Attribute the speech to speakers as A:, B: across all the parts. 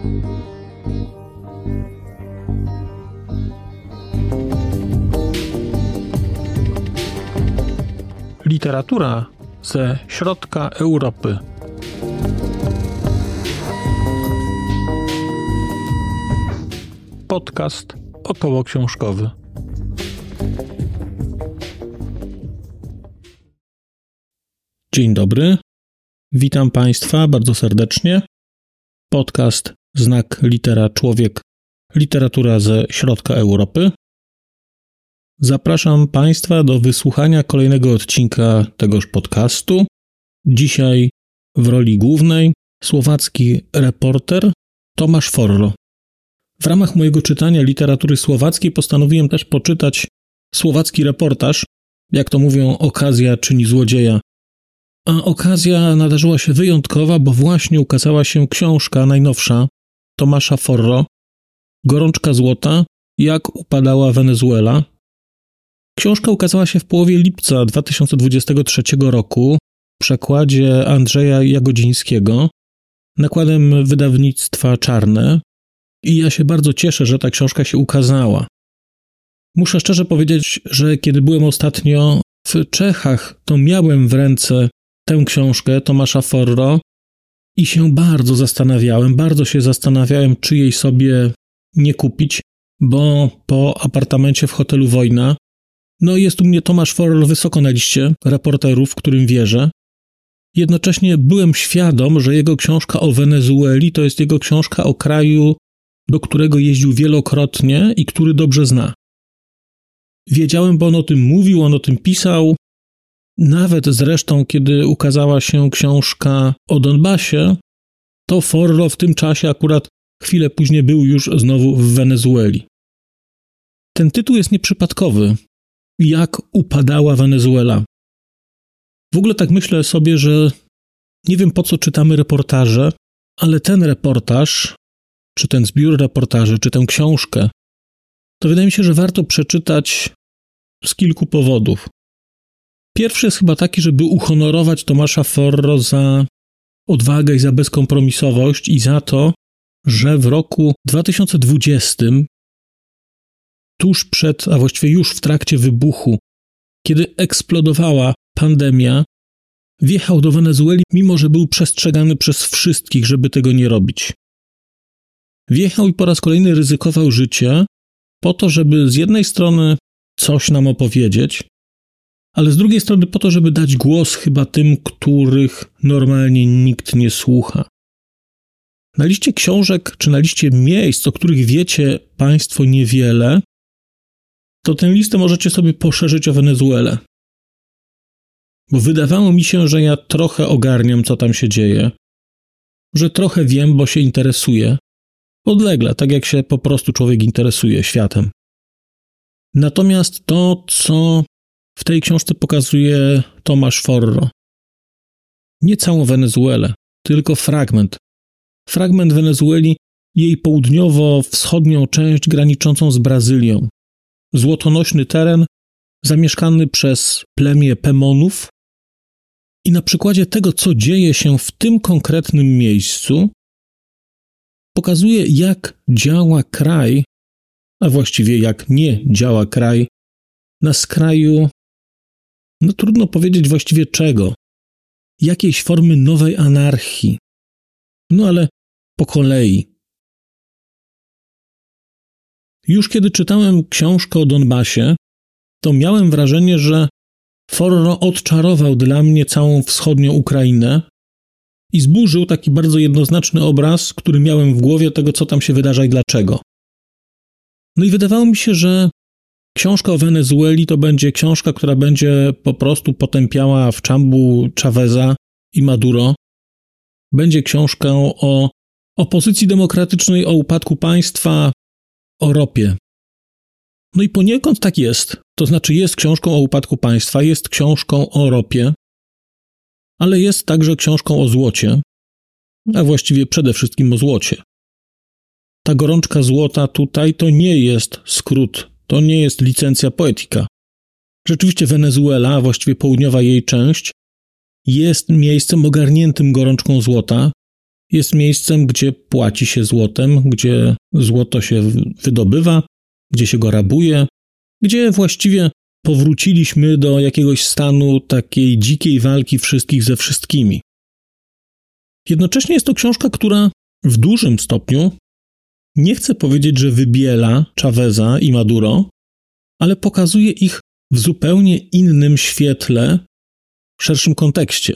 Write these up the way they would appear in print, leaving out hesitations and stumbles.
A: Literatura ze środka Europy. Podcast okołoksiążkowy. Dzień dobry. Witam Państwa bardzo serdecznie. Podcast Znak Litera Człowiek. Literatura ze środka Europy. Zapraszam Państwa do wysłuchania kolejnego odcinka tegoż podcastu. Dzisiaj w roli głównej słowacki reporter Tomasz Forro. W ramach mojego czytania literatury słowackiej postanowiłem też poczytać słowacki reportaż. Jak to mówią, okazja czyni złodzieja. A okazja nadarzyła się wyjątkowa, bo właśnie ukazała się książka najnowsza Tomasza Forro, Gorączka złota, jak upadała Wenezuela. Książka ukazała się w połowie lipca 2023 roku w przekładzie Andrzeja Jagodzińskiego, nakładem wydawnictwa Czarne, i ja się bardzo cieszę, że ta książka się ukazała. Muszę szczerze powiedzieć, że kiedy byłem ostatnio w Czechach, to miałem w ręce tę książkę Tomasza Forro i się bardzo się zastanawiałem, czy jej sobie nie kupić, bo po apartamencie w hotelu Wojna jest u mnie Tomasz Forro wysoko na liście reporterów, w którym wierzę. Jednocześnie byłem świadom, że jego książka o Wenezueli to jest jego książka o kraju, do którego jeździł wielokrotnie i który dobrze zna. Wiedziałem, bo on o tym mówił, on o tym pisał. Nawet zresztą, kiedy ukazała się książka o Donbasie, to Forro w tym czasie akurat chwilę później był już znowu w Wenezueli. Ten tytuł jest nieprzypadkowy. Jak upadała Wenezuela. W ogóle tak myślę sobie, że nie wiem, po co czytamy reportaże, ale ten reportaż, czy ten zbiór reportaży, czy tę książkę, to wydaje mi się, że warto przeczytać z kilku powodów. Pierwszy jest chyba taki, żeby uhonorować Tomasza Forro za odwagę i za bezkompromisowość i za to, że w roku 2020, tuż przed, a właściwie już w trakcie wybuchu, kiedy eksplodowała pandemia, wjechał do Wenezueli, mimo że był przestrzegany przez wszystkich, żeby tego nie robić. Wjechał i po raz kolejny ryzykował życie po to, żeby z jednej strony coś nam opowiedzieć, ale z drugiej strony po to, żeby dać głos chyba tym, których normalnie nikt nie słucha. Na liście książek, czy na liście miejsc, o których wiecie Państwo niewiele, to tę listę możecie sobie poszerzyć o Wenezuelę. Bo wydawało mi się, że ja trochę ogarniam, co tam się dzieje, że trochę wiem, bo się interesuję. Odlegle, tak jak się po prostu człowiek interesuje światem. Natomiast to, co w tej książce pokazuje Tomasz Forro, nie całą Wenezuelę, tylko fragment. Fragment Wenezueli, jej południowo-wschodnią część graniczącą z Brazylią. Złotonośny teren zamieszkany przez plemię Pemonów i na przykładzie tego, co dzieje się w tym konkretnym miejscu, pokazuje, jak działa kraj, a właściwie jak nie działa kraj, na skraju, trudno powiedzieć właściwie czego, jakiejś formy nowej anarchii. Ale po kolei. Już kiedy czytałem książkę o Donbasie, to miałem wrażenie, że Forro odczarował dla mnie całą wschodnią Ukrainę i zburzył taki bardzo jednoznaczny obraz, który miałem w głowie tego, co tam się wydarza i dlaczego. I wydawało mi się, że książka o Wenezueli to będzie książka, która będzie po prostu potępiała w czambu Chaveza i Maduro. Będzie książką o opozycji demokratycznej, o upadku państwa, o ropie. I poniekąd tak jest. To znaczy jest książką o upadku państwa, jest książką o ropie, ale jest także książką o złocie, a właściwie przede wszystkim o złocie. Ta gorączka złota tutaj to nie jest skrót, to nie jest licencja poetica. Rzeczywiście Wenezuela, a właściwie południowa jej część, jest miejscem ogarniętym gorączką złota. jest miejscem, gdzie płaci się złotem, gdzie złoto się wydobywa, gdzie się go rabuje, gdzie właściwie powróciliśmy do jakiegoś stanu takiej dzikiej walki wszystkich ze wszystkimi. Jednocześnie jest to książka, która w dużym stopniu, nie chcę powiedzieć, że wybiela Chaveza i Maduro, ale pokazuje ich w zupełnie innym świetle, szerszym kontekście.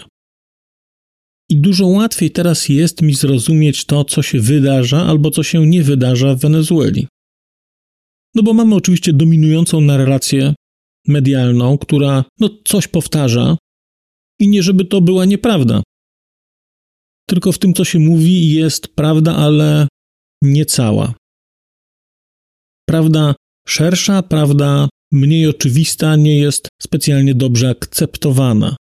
A: I dużo łatwiej teraz jest mi zrozumieć to, co się wydarza albo co się nie wydarza w Wenezueli. No bo mamy oczywiście dominującą narrację medialną, która coś powtarza i nie żeby to była nieprawda. Tylko w tym, co się mówi, jest prawda, ale nie cała. Prawda szersza, prawda mniej oczywista nie jest specjalnie dobrze akceptowana.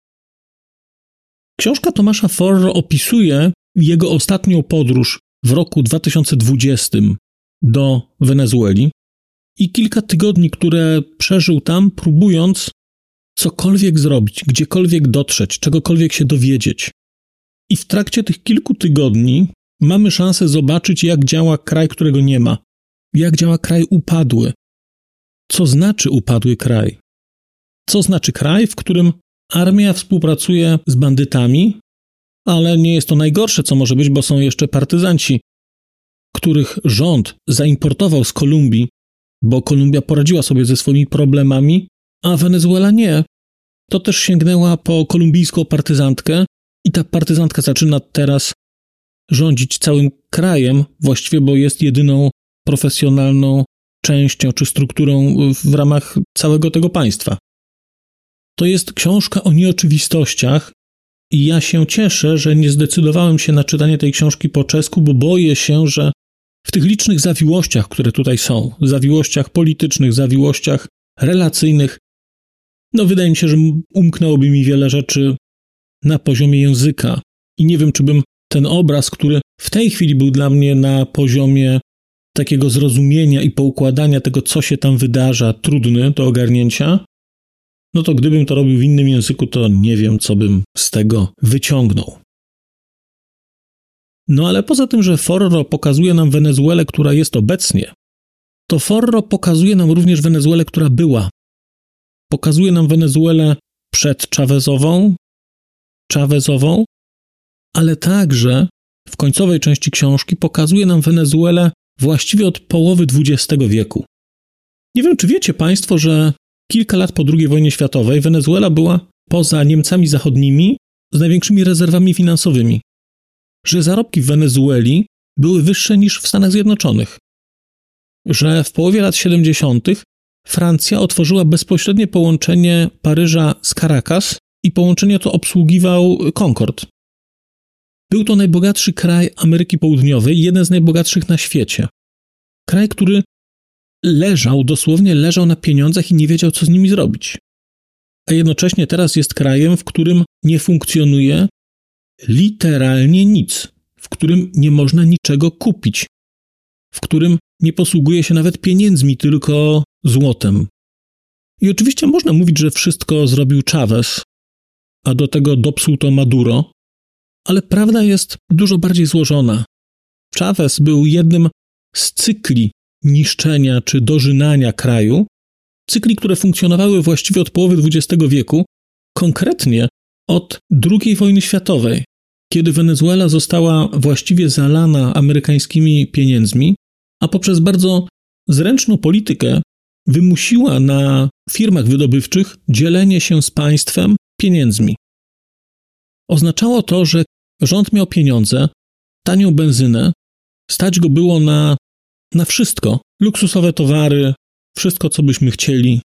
A: Książka Tomasza Forro opisuje jego ostatnią podróż w roku 2020 do Wenezueli i kilka tygodni, które przeżył tam, próbując cokolwiek zrobić, gdziekolwiek dotrzeć, czegokolwiek się dowiedzieć. I w trakcie tych kilku tygodni mamy szansę zobaczyć, jak działa kraj, którego nie ma. Jak działa kraj upadły. Co znaczy upadły kraj? Co znaczy kraj, w którym armia współpracuje z bandytami, ale nie jest to najgorsze, co może być, bo są jeszcze partyzanci, których rząd zaimportował z Kolumbii, bo Kolumbia poradziła sobie ze swoimi problemami, a Wenezuela nie. To też sięgnęła po kolumbijską partyzantkę i ta partyzantka zaczyna teraz rządzić całym krajem, właściwie, bo jest jedyną profesjonalną częścią czy strukturą w ramach całego tego państwa. To jest książka o nieoczywistościach i ja się cieszę, że nie zdecydowałem się na czytanie tej książki po czesku, bo boję się, że w tych licznych zawiłościach, które tutaj są, zawiłościach politycznych, zawiłościach relacyjnych, wydaje mi się, że umknęłoby mi wiele rzeczy na poziomie języka i nie wiem, czy bym ten obraz, który w tej chwili był dla mnie na poziomie takiego zrozumienia i poukładania tego, co się tam wydarza, trudny do ogarnięcia, to gdybym to robił w innym języku, to nie wiem, co bym z tego wyciągnął. Ale poza tym, że Forro pokazuje nam Wenezuelę, która jest obecnie, to Forro pokazuje nam również Wenezuelę, która była. Pokazuje nam Wenezuelę Chavezową, ale także w końcowej części książki pokazuje nam Wenezuelę właściwie od połowy XX wieku. Nie wiem, czy wiecie Państwo, że kilka lat po II wojnie światowej Wenezuela była poza Niemcami zachodnimi z największymi rezerwami finansowymi. Że zarobki w Wenezueli były wyższe niż w Stanach Zjednoczonych. Że w połowie lat 70. Francja otworzyła bezpośrednie połączenie Paryża z Caracas i połączenie to obsługiwał Concorde. Był to najbogatszy kraj Ameryki Południowej, jeden z najbogatszych na świecie. Kraj, który dosłownie leżał na pieniądzach i nie wiedział, co z nimi zrobić. A jednocześnie teraz jest krajem, w którym nie funkcjonuje literalnie nic, w którym nie można niczego kupić, w którym nie posługuje się nawet pieniędzmi, tylko złotem. I oczywiście można mówić, że wszystko zrobił Chavez, a do tego dopsuł to Maduro, ale prawda jest dużo bardziej złożona. Chavez był jednym z cykli niszczenia czy dożynania kraju, cykli, które funkcjonowały właściwie od połowy XX wieku, konkretnie od II wojny światowej, kiedy Wenezuela została właściwie zalana amerykańskimi pieniędzmi, a poprzez bardzo zręczną politykę wymusiła na firmach wydobywczych dzielenie się z państwem pieniędzmi. Oznaczało to, że rząd miał pieniądze, tanią benzynę, stać go było na wszystko, luksusowe towary, wszystko, co byśmy chcieli.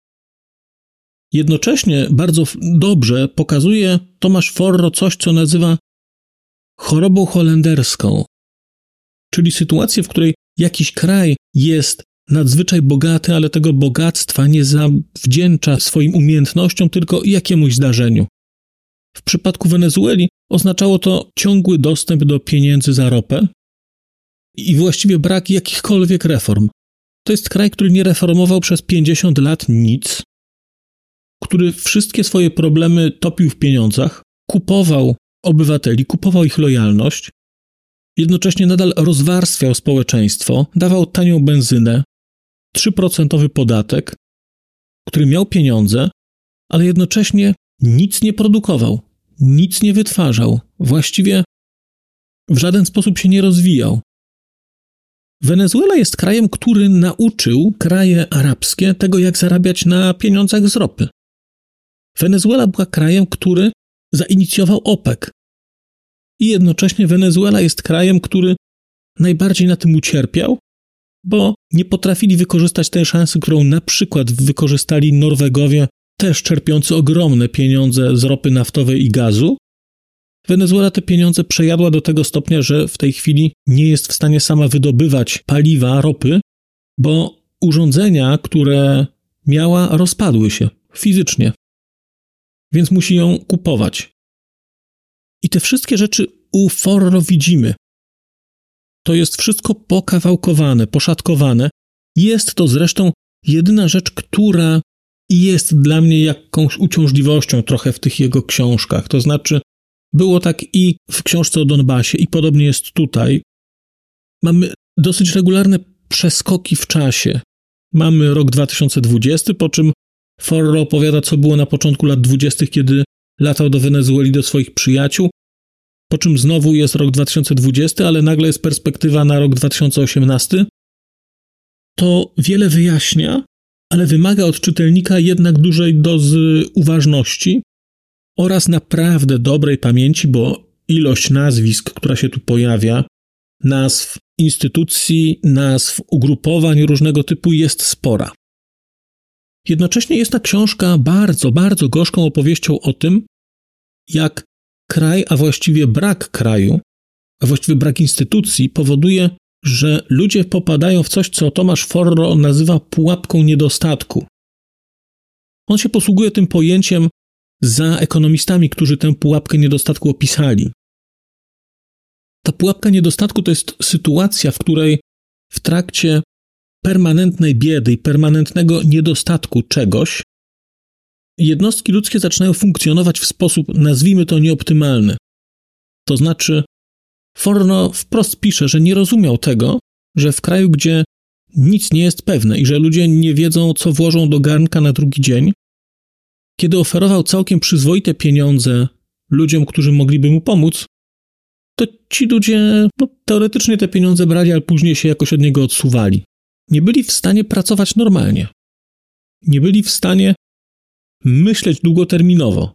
A: Jednocześnie bardzo dobrze pokazuje Tomasz Forro coś, co nazywa chorobą holenderską, czyli sytuację, w której jakiś kraj jest nadzwyczaj bogaty, ale tego bogactwa nie zawdzięcza swoim umiejętnościom, tylko jakiemuś zdarzeniu. W przypadku Wenezueli oznaczało to ciągły dostęp do pieniędzy za ropę i właściwie brak jakichkolwiek reform. To jest kraj, który nie reformował przez 50 lat nic, który wszystkie swoje problemy topił w pieniądzach, kupował obywateli, kupował ich lojalność jednocześnie nadal rozwarstwiał społeczeństwo, dawał tanią benzynę, 3% podatek, który miał pieniądze, ale jednocześnie nic nie produkował, nic nie wytwarzał, właściwie w żaden sposób się nie rozwijał. Wenezuela jest krajem, który nauczył kraje arabskie tego, jak zarabiać na pieniądzach z ropy. Wenezuela była krajem, który zainicjował OPEC. I jednocześnie Wenezuela jest krajem, który najbardziej na tym ucierpiał, bo nie potrafili wykorzystać tej szansy, którą na przykład wykorzystali Norwegowie, też czerpiący ogromne pieniądze z ropy naftowej i gazu. Wenezuela te pieniądze przejadła do tego stopnia, że w tej chwili nie jest w stanie sama wydobywać paliwa, ropy, bo urządzenia, które miała, rozpadły się fizycznie. Więc musi ją kupować. I te wszystkie rzeczy u Forro widzimy. To jest wszystko pokawałkowane, poszatkowane. Jest to zresztą jedyna rzecz, która jest dla mnie jakąś uciążliwością trochę w tych jego książkach. To znaczy, było tak i w książce o Donbasie, i podobnie jest tutaj. Mamy dosyć regularne przeskoki w czasie. Mamy rok 2020, po czym Forro opowiada, co było na początku lat 20., kiedy latał do Wenezueli do swoich przyjaciół, po czym znowu jest rok 2020, ale nagle jest perspektywa na rok 2018. To wiele wyjaśnia, ale wymaga od czytelnika jednak dużej dozy uważności oraz naprawdę dobrej pamięci, bo ilość nazwisk, która się tu pojawia, nazw instytucji, nazw ugrupowań różnego typu jest spora. Jednocześnie jest ta książka bardzo, bardzo gorzką opowieścią o tym, jak kraj, a właściwie brak kraju, a właściwie brak instytucji powoduje, że ludzie popadają w coś, co Tomasz Forro nazywa pułapką niedostatku. On się posługuje tym pojęciem za ekonomistami, którzy tę pułapkę niedostatku opisali. Ta pułapka niedostatku to jest sytuacja, w której w trakcie permanentnej biedy i permanentnego niedostatku czegoś jednostki ludzkie zaczynają funkcjonować w sposób, nazwijmy to, nieoptymalny. To znaczy, Forno wprost pisze, że nie rozumiał tego, że w kraju, gdzie nic nie jest pewne i że ludzie nie wiedzą, co włożą do garnka na drugi dzień, kiedy oferował całkiem przyzwoite pieniądze ludziom, którzy mogliby mu pomóc, to ci ludzie teoretycznie te pieniądze brali, ale później się jakoś od niego odsuwali. Nie byli w stanie pracować normalnie. Nie byli w stanie myśleć długoterminowo.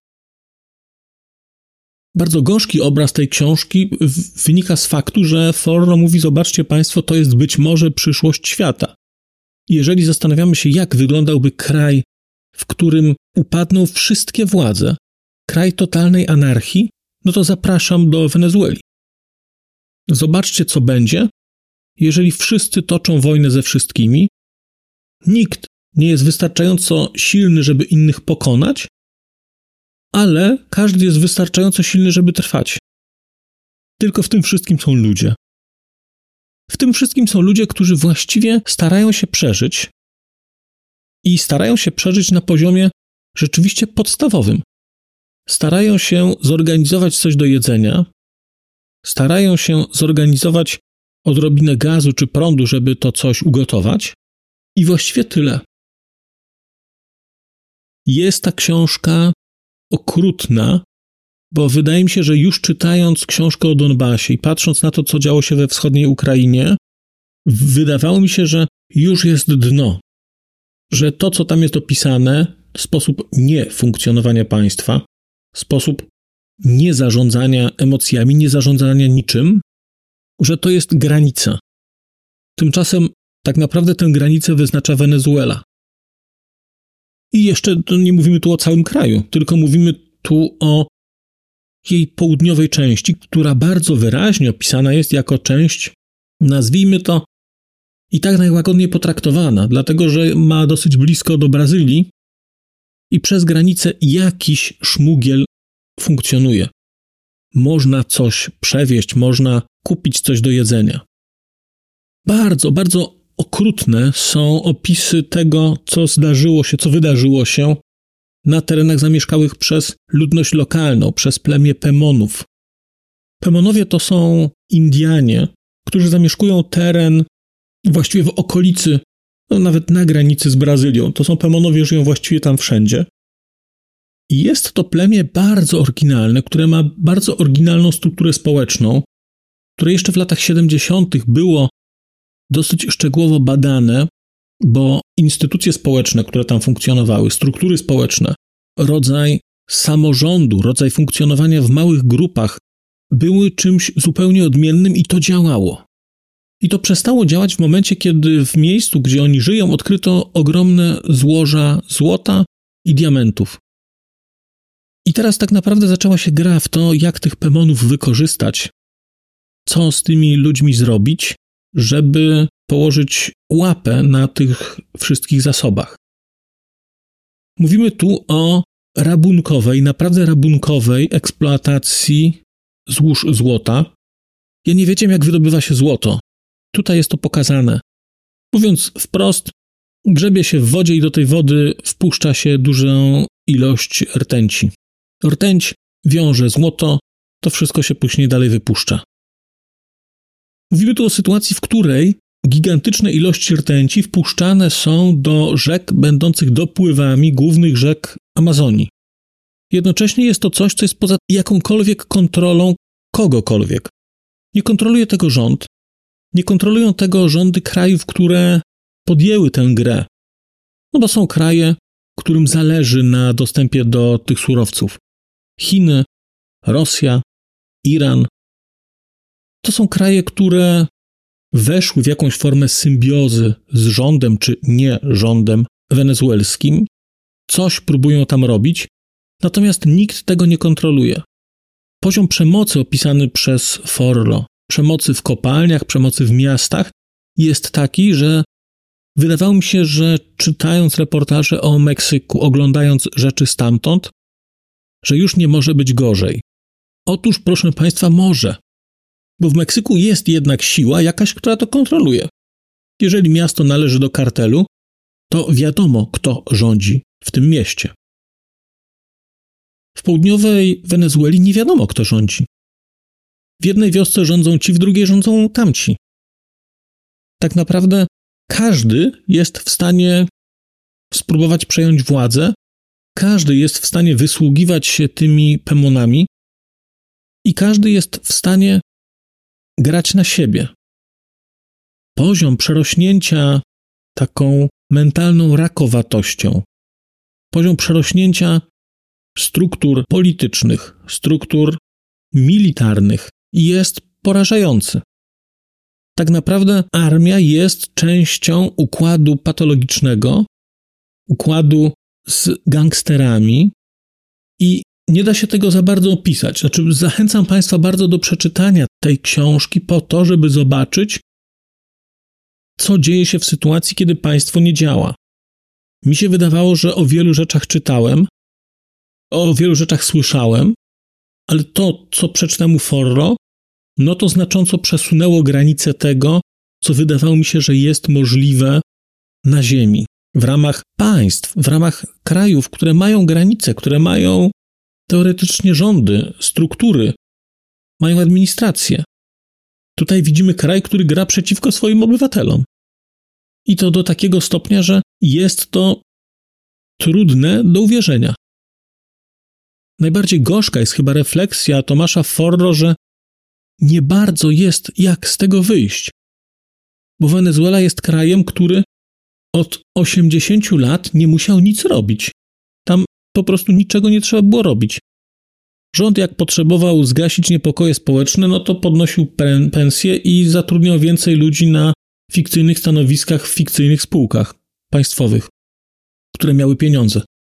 A: Bardzo gorzki obraz tej książki wynika z faktu, że Forro mówi, zobaczcie państwo, to jest być może przyszłość świata. Jeżeli zastanawiamy się, jak wyglądałby kraj, w którym upadną wszystkie władze, kraj totalnej anarchii, no to zapraszam do Wenezueli. Zobaczcie, co będzie, jeżeli wszyscy toczą wojnę ze wszystkimi, nikt nie jest wystarczająco silny, żeby innych pokonać, ale każdy jest wystarczająco silny, żeby trwać. Tylko w tym wszystkim są ludzie. W tym wszystkim są ludzie, którzy właściwie starają się przeżyć i starają się przeżyć na poziomie rzeczywiście podstawowym. Starają się zorganizować coś do jedzenia, starają się zorganizować odrobinę gazu czy prądu, żeby to coś ugotować i właściwie tyle. Jest ta książka okrutna, bo wydaje mi się, że już czytając książkę o Donbasie i patrząc na to, co działo się we wschodniej Ukrainie, wydawało mi się, że już jest dno. Że to, co tam jest opisane, sposób niefunkcjonowania państwa, sposób niezarządzania emocjami, niezarządzania niczym, że to jest granica. Tymczasem tak naprawdę tę granicę wyznacza Wenezuela. I jeszcze nie mówimy tu o całym kraju, tylko mówimy tu o jej południowej części, która bardzo wyraźnie opisana jest jako część, nazwijmy to, i tak najłagodniej potraktowana, dlatego że ma dosyć blisko do Brazylii i przez granicę jakiś szmugiel funkcjonuje. Można coś przewieźć, można kupić coś do jedzenia. Bardzo, bardzo okrutne są opisy tego, co zdarzyło się, co wydarzyło się na terenach zamieszkałych przez ludność lokalną, przez plemię Pemonów. Pemonowie to są Indianie, którzy zamieszkują teren właściwie w okolicy, nawet na granicy z Brazylią. To są Pemonowie, żyją właściwie tam wszędzie. I jest to plemię bardzo oryginalne, które ma bardzo oryginalną strukturę społeczną, które jeszcze w latach 70. było dosyć szczegółowo badane, bo instytucje społeczne, które tam funkcjonowały, struktury społeczne, rodzaj samorządu, rodzaj funkcjonowania w małych grupach były czymś zupełnie odmiennym i to działało. I to przestało działać w momencie, kiedy w miejscu, gdzie oni żyją, odkryto ogromne złoża złota i diamentów. I teraz tak naprawdę zaczęła się gra w to, jak tych Pemonów wykorzystać, co z tymi ludźmi zrobić, żeby położyć łapę na tych wszystkich zasobach. Mówimy tu o rabunkowej, naprawdę rabunkowej eksploatacji złóż złota. Ja nie wiedziałem, jak wydobywa się złoto. Tutaj jest to pokazane. Mówiąc wprost, grzebie się w wodzie i do tej wody wpuszcza się dużą ilość rtęci. Rtęć wiąże złoto, to wszystko się później dalej wypuszcza. Mówimy tu o sytuacji, w której gigantyczne ilości rtęci wpuszczane są do rzek będących dopływami głównych rzek Amazonii. Jednocześnie jest to coś, co jest poza jakąkolwiek kontrolą kogokolwiek. Nie kontroluje tego rząd, nie kontrolują tego rządy krajów, które podjęły tę grę. No bo są kraje, którym zależy na dostępie do tych surowców. Chiny, Rosja, Iran. To są kraje, które weszły w jakąś formę symbiozy z rządem czy nie rządem wenezuelskim. Coś próbują tam robić, natomiast nikt tego nie kontroluje. Poziom przemocy opisany przez Forlo, przemocy w kopalniach, przemocy w miastach jest taki, że wydawało mi się, że czytając reportaże o Meksyku, oglądając rzeczy stamtąd, że już nie może być gorzej. Otóż, proszę Państwa, może. Bo w Meksyku jest jednak siła jakaś, która to kontroluje. Jeżeli miasto należy do kartelu, to wiadomo, kto rządzi w tym mieście. W południowej Wenezueli nie wiadomo, kto rządzi. W jednej wiosce rządzą ci, w drugiej rządzą tamci. Tak naprawdę każdy jest w stanie spróbować przejąć władzę, każdy jest w stanie wysługiwać się tymi Pemonami i każdy jest w stanie grać na siebie. Poziom przerośnięcia taką mentalną rakowatością, poziom przerośnięcia struktur politycznych, struktur militarnych jest porażający. Tak naprawdę armia jest częścią układu patologicznego, układu z gangsterami i nie da się tego za bardzo opisać. Znaczy, zachęcam Państwa bardzo do przeczytania tej książki po to, żeby zobaczyć, co dzieje się w sytuacji, kiedy państwo nie działa. Mi się wydawało, że o wielu rzeczach czytałem, o wielu rzeczach słyszałem, ale to, co przeczytałem u Forro, no to znacząco przesunęło granice tego, co wydawało mi się, że jest możliwe na ziemi. W ramach państw, w ramach krajów, które mają granice, które mają teoretycznie rządy, struktury, mają administrację. Tutaj widzimy kraj, który gra przeciwko swoim obywatelom. I to do takiego stopnia, że jest to trudne do uwierzenia. Najbardziej gorzka jest chyba refleksja Tomasza Forro, że nie bardzo jest jak z tego wyjść. Bo Wenezuela jest krajem, który od 80 lat nie musiał nic robić. Tam po prostu niczego nie trzeba było robić. Rząd jak potrzebował zgasić niepokoje społeczne, no to podnosił pensje i zatrudniał więcej ludzi na fikcyjnych stanowiskach w fikcyjnych spółkach państwowych, które miały pieniądze.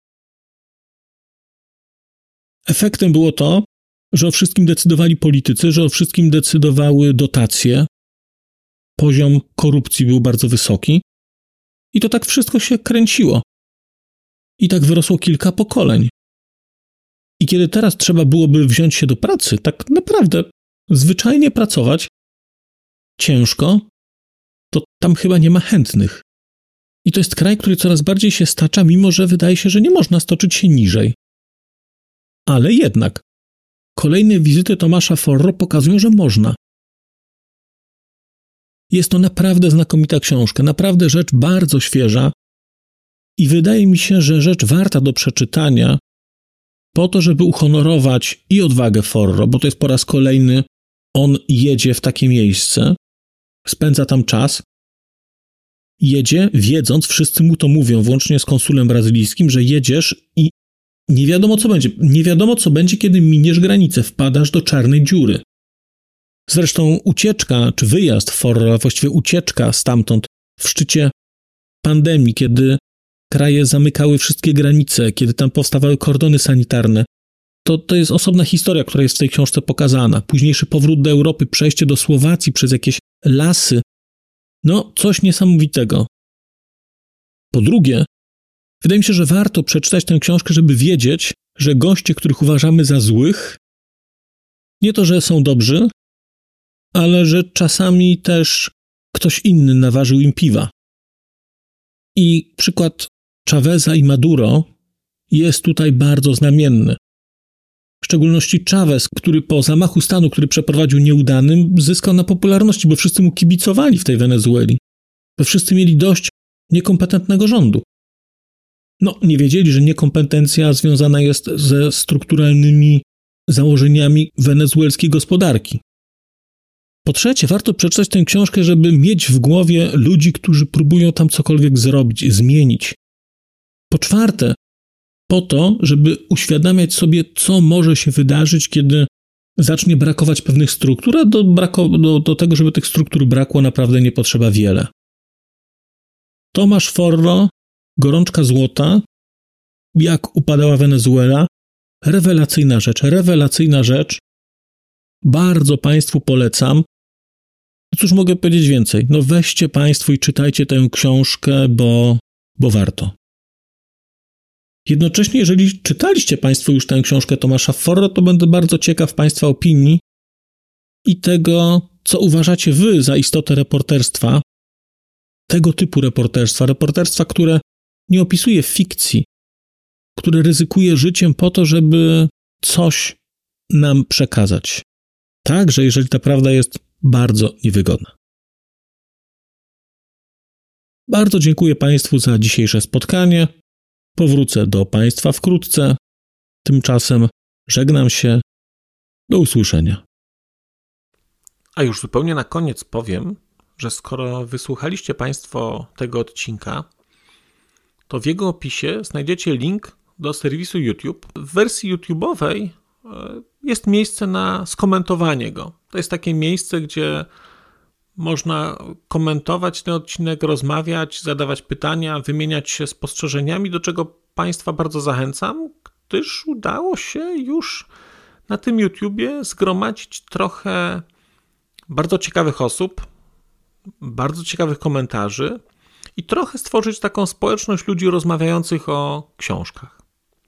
A: Efektem było to, że o wszystkim decydowali politycy, że o wszystkim decydowały dotacje. Poziom korupcji był bardzo wysoki. I to tak wszystko się kręciło. I tak wyrosło kilka pokoleń. I kiedy teraz trzeba byłoby wziąć się do pracy, tak naprawdę zwyczajnie pracować, ciężko, to tam chyba nie ma chętnych. I to jest kraj, który coraz bardziej się stacza, mimo że wydaje się, że nie można stoczyć się niżej. Ale jednak kolejne wizyty Tomasza Forro pokazują, że można. Jest to naprawdę znakomita książka, naprawdę rzecz bardzo świeża i wydaje mi się, że rzecz warta do przeczytania po to, żeby uhonorować i odwagę Forro, bo to jest po raz kolejny, on jedzie w takie miejsce, spędza tam czas, jedzie wiedząc, wszyscy mu to mówią, włącznie z konsulem brazylijskim, że jedziesz i nie wiadomo co będzie. Nie wiadomo co będzie, kiedy miniesz granicę, wpadasz do czarnej dziury. Zresztą ucieczka, czy wyjazd Forro, a właściwie ucieczka stamtąd w szczycie pandemii, kiedy kraje zamykały wszystkie granice, kiedy tam powstawały kordony sanitarne, to jest osobna historia, która jest w tej książce pokazana. Późniejszy powrót do Europy, przejście do Słowacji przez jakieś lasy. No, coś niesamowitego. Po drugie, wydaje mi się, że warto przeczytać tę książkę, żeby wiedzieć, że goście, których uważamy za złych, nie to, że są dobrzy, ale że czasami też ktoś inny naważył im piwa. I przykład Chaveza i Maduro jest tutaj bardzo znamienny. W szczególności Chavez, który po zamachu stanu, który przeprowadził nieudanym, zyskał na popularności, bo wszyscy mu kibicowali w tej Wenezueli. Bo wszyscy mieli dość niekompetentnego rządu. No, nie wiedzieli, że niekompetencja związana jest ze strukturalnymi założeniami wenezuelskiej gospodarki. Po trzecie, warto przeczytać tę książkę, żeby mieć w głowie ludzi, którzy próbują tam cokolwiek zrobić, zmienić. Po czwarte, po to, żeby uświadamiać sobie, co może się wydarzyć, kiedy zacznie brakować pewnych struktur, a do tego, żeby tych struktur brakło, naprawdę nie potrzeba wiele. Tomasz Forro, Gorączka złota, jak upadała Wenezuela, rewelacyjna rzecz. Bardzo Państwu polecam. Cóż mogę powiedzieć więcej? No weźcie Państwo i czytajcie tę książkę, bo warto. Jednocześnie, jeżeli czytaliście Państwo już tę książkę Tomasza Forro, to będę bardzo ciekaw Państwa opinii i tego, co uważacie Wy za istotę reporterstwa, tego typu reporterstwa, które nie opisuje fikcji, które ryzykuje życiem po to, żeby coś nam przekazać. Także jeżeli ta prawda jest bardzo niewygodna. Bardzo dziękuję Państwu za dzisiejsze spotkanie. Powrócę do Państwa wkrótce. Tymczasem żegnam się. Do usłyszenia. A już zupełnie na koniec powiem, że skoro wysłuchaliście Państwo tego odcinka, to w jego opisie znajdziecie link do serwisu YouTube. W wersji YouTube'owej jest miejsce na skomentowanie go. To jest takie miejsce, gdzie można komentować ten odcinek, rozmawiać, zadawać pytania, wymieniać się spostrzeżeniami, do czego Państwa bardzo zachęcam, gdyż udało się już na tym YouTubie zgromadzić trochę bardzo ciekawych osób, bardzo ciekawych komentarzy i trochę stworzyć taką społeczność ludzi rozmawiających o książkach.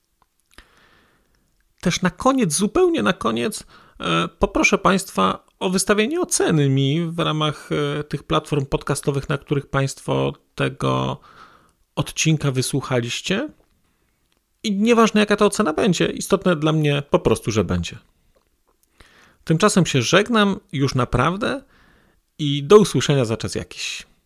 A: Też na koniec, zupełnie na koniec, poproszę Państwa o wystawienie oceny mi w ramach tych platform podcastowych, na których Państwo tego odcinka wysłuchaliście. I nieważne jaka ta ocena będzie, istotne dla mnie po prostu, że będzie. Tymczasem się żegnam już naprawdę i do usłyszenia za czas jakiś.